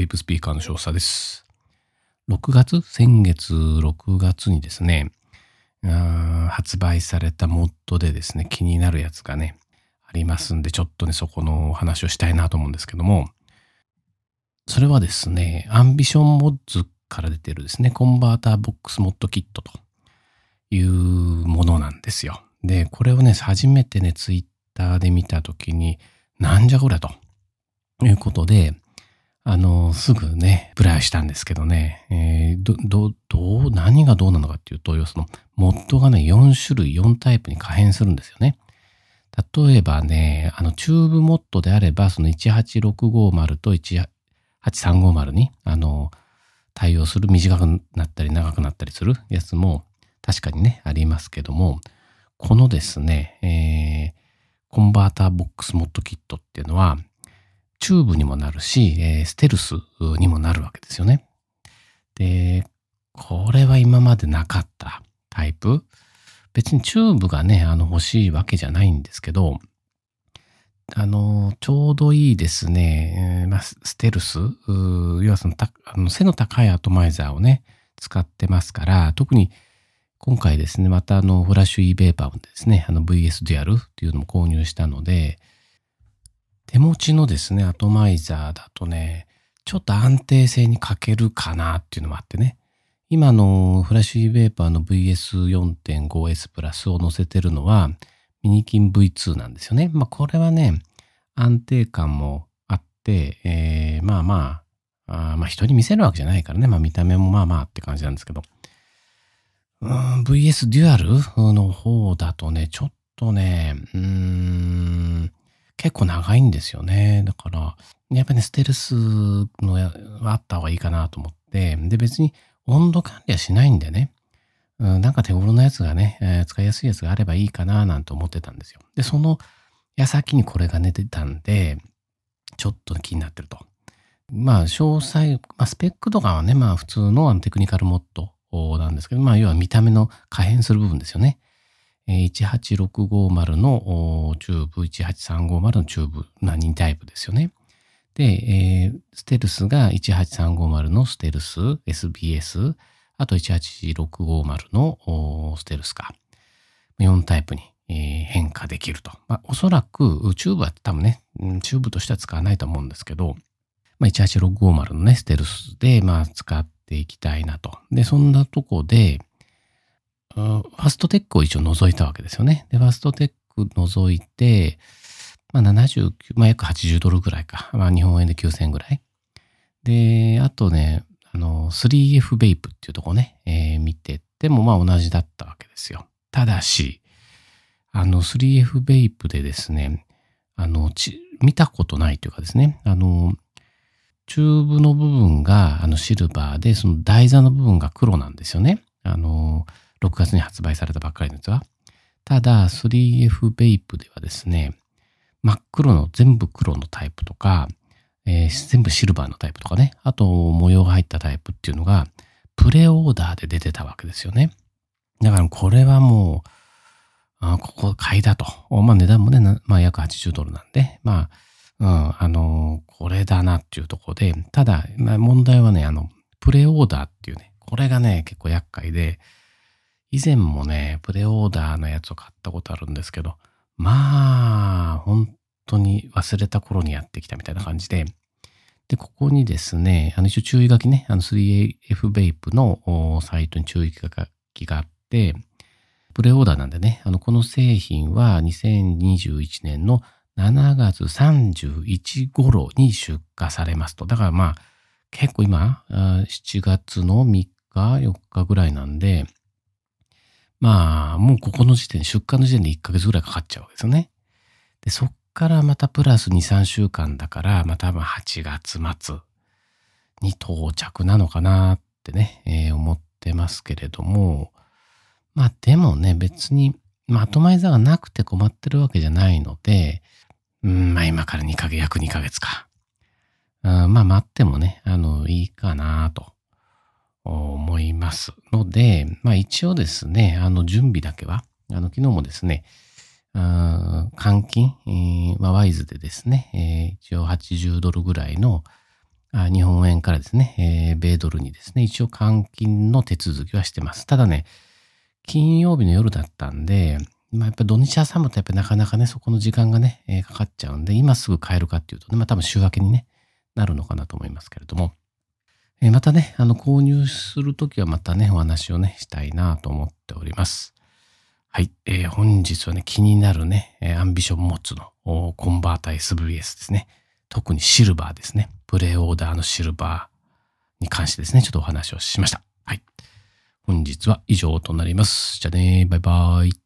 テープスピーカーの少佐です。先月6月にですね、発売されたモッドでですね、気になるやつがね、ありますんで、ちょっとね、そこのお話をしたいなと思うんですけども、それはですね、アンビションモッズから出てるですね、コンバーターボックスモッドキットというものなんですよ。で、これをね、初めてね、ツイッターで見たときに、なんじゃこりゃということで、すぐね、プライしたんですけどね、何がどうなのかっていうと、その、モッドがね、4種類、4タイプに可変するんですよね。例えばね、チューブモッドであれば、その18650と18350に、対応する短くなったり長くなったりするやつも確かにね、ありますけども、このですね、コンバーターボックスモッドキットっていうのは、チューブにもなるし、ステルスにもなるわけですよね。で、これは今までなかったタイプ。別にチューブがね、欲しいわけじゃないんですけど、ちょうどいいですね、ステルス、要はその背の高いアトマイザーをね、使ってますから、特に今回ですね、またフラッシュ E ベーパーでですね、VS デュアルっていうのも購入したので、手持ちのですね、アトマイザーだとね、ちょっと安定性に欠けるかなっていうのもあってね。今のフラッシュ E ベーパーの VS4.5S プラスを載せてるのはミニキン V2 なんですよね。これはね、安定感もあって、人に見せるわけじゃないからね。見た目もまあまあって感じなんですけど。VS デュアルの方だとね、ちょっとね、結構長いんですよね。だから、やっぱりね、ステルスのはあった方がいいかなと思って、で、別に温度管理はしないんでね、なんか手頃なやつがね、使いやすいやつがあればいいかななんて思ってたんですよ。で、その矢先にこれが出たんで、ちょっと気になってると。詳細、スペックとかはね、普通のテクニカルモッドなんですけど、要は見た目の可変する部分ですよね。18650のチューブ、18350のチューブ、2タイプですよね。で、ステルスが18350のステルス、SBS、あと18650のステルスか。4タイプに変化できると。おそらくチューブは多分ね、チューブとしては使わないと思うんですけど、18650のね、ステルスで使っていきたいなと。で、そんなとこで、ファストテックを一応除いたわけですよね。で、ファストテック除いて、約80ドルぐらいか。日本円で9000円ぐらい。で、あとね、3F ベイプっていうとこね、見てても同じだったわけですよ。ただし、3F ベイプでですね、見たことないというかですね、チューブの部分がシルバーで、その台座の部分が黒なんですよね。6月に発売されたばっかりのやつは。ただ、3F ベイプではですね、真っ黒の、全部黒のタイプとか、全部シルバーのタイプとかね、あと模様が入ったタイプっていうのが、プレオーダーで出てたわけですよね。だからこれはもう、ここ買いだと。値段もね、約80ドルなんで、これだなっていうところで、ただ、問題はね、プレオーダーっていうね、これがね、結構厄介で、以前もね、プレオーダーのやつを買ったことあるんですけど、本当に忘れた頃にやってきたみたいな感じで、で、ここにですね、一応注意書きね、3AF ベイプのサイトに注意書きがあって、プレオーダーなんでね、この製品は2021年の7月31頃に出荷されますと。だから結構今、7月の3日、4日ぐらいなんで、もうここの時点、出荷の時点で1ヶ月ぐらいかかっちゃうわけですよね。で、そっからまたプラス2、3週間だから、多分8月末に到着なのかなってね、思ってますけれども、でもね、別に、アトマイザーがなくて困ってるわけじゃないので、今から約2ヶ月か。待ってもね、いいかなと思いますので、一応ですね、準備だけは、昨日もですね、換金、ワイズでですね、一応80ドルぐらいの、 日本円からですね、米ドルにですね、一応換金の手続きはしてます。ただね、金曜日の夜だったんで、やっぱ土日挟むとやっぱなかなかね、そこの時間がね、かかっちゃうんで、今すぐ買えるかっていうとね、多分週明けにね、なるのかなと思いますけれども、またね、購入するときはまたね、お話をね、したいなと思っております。はい。本日はね、気になるね、アンビションモッツのコンバータ SVS ですね。特にシルバーですね。プレオーダーのシルバーに関してですね、ちょっとお話をしました。はい。本日は以上となります。じゃあね、バイバイ。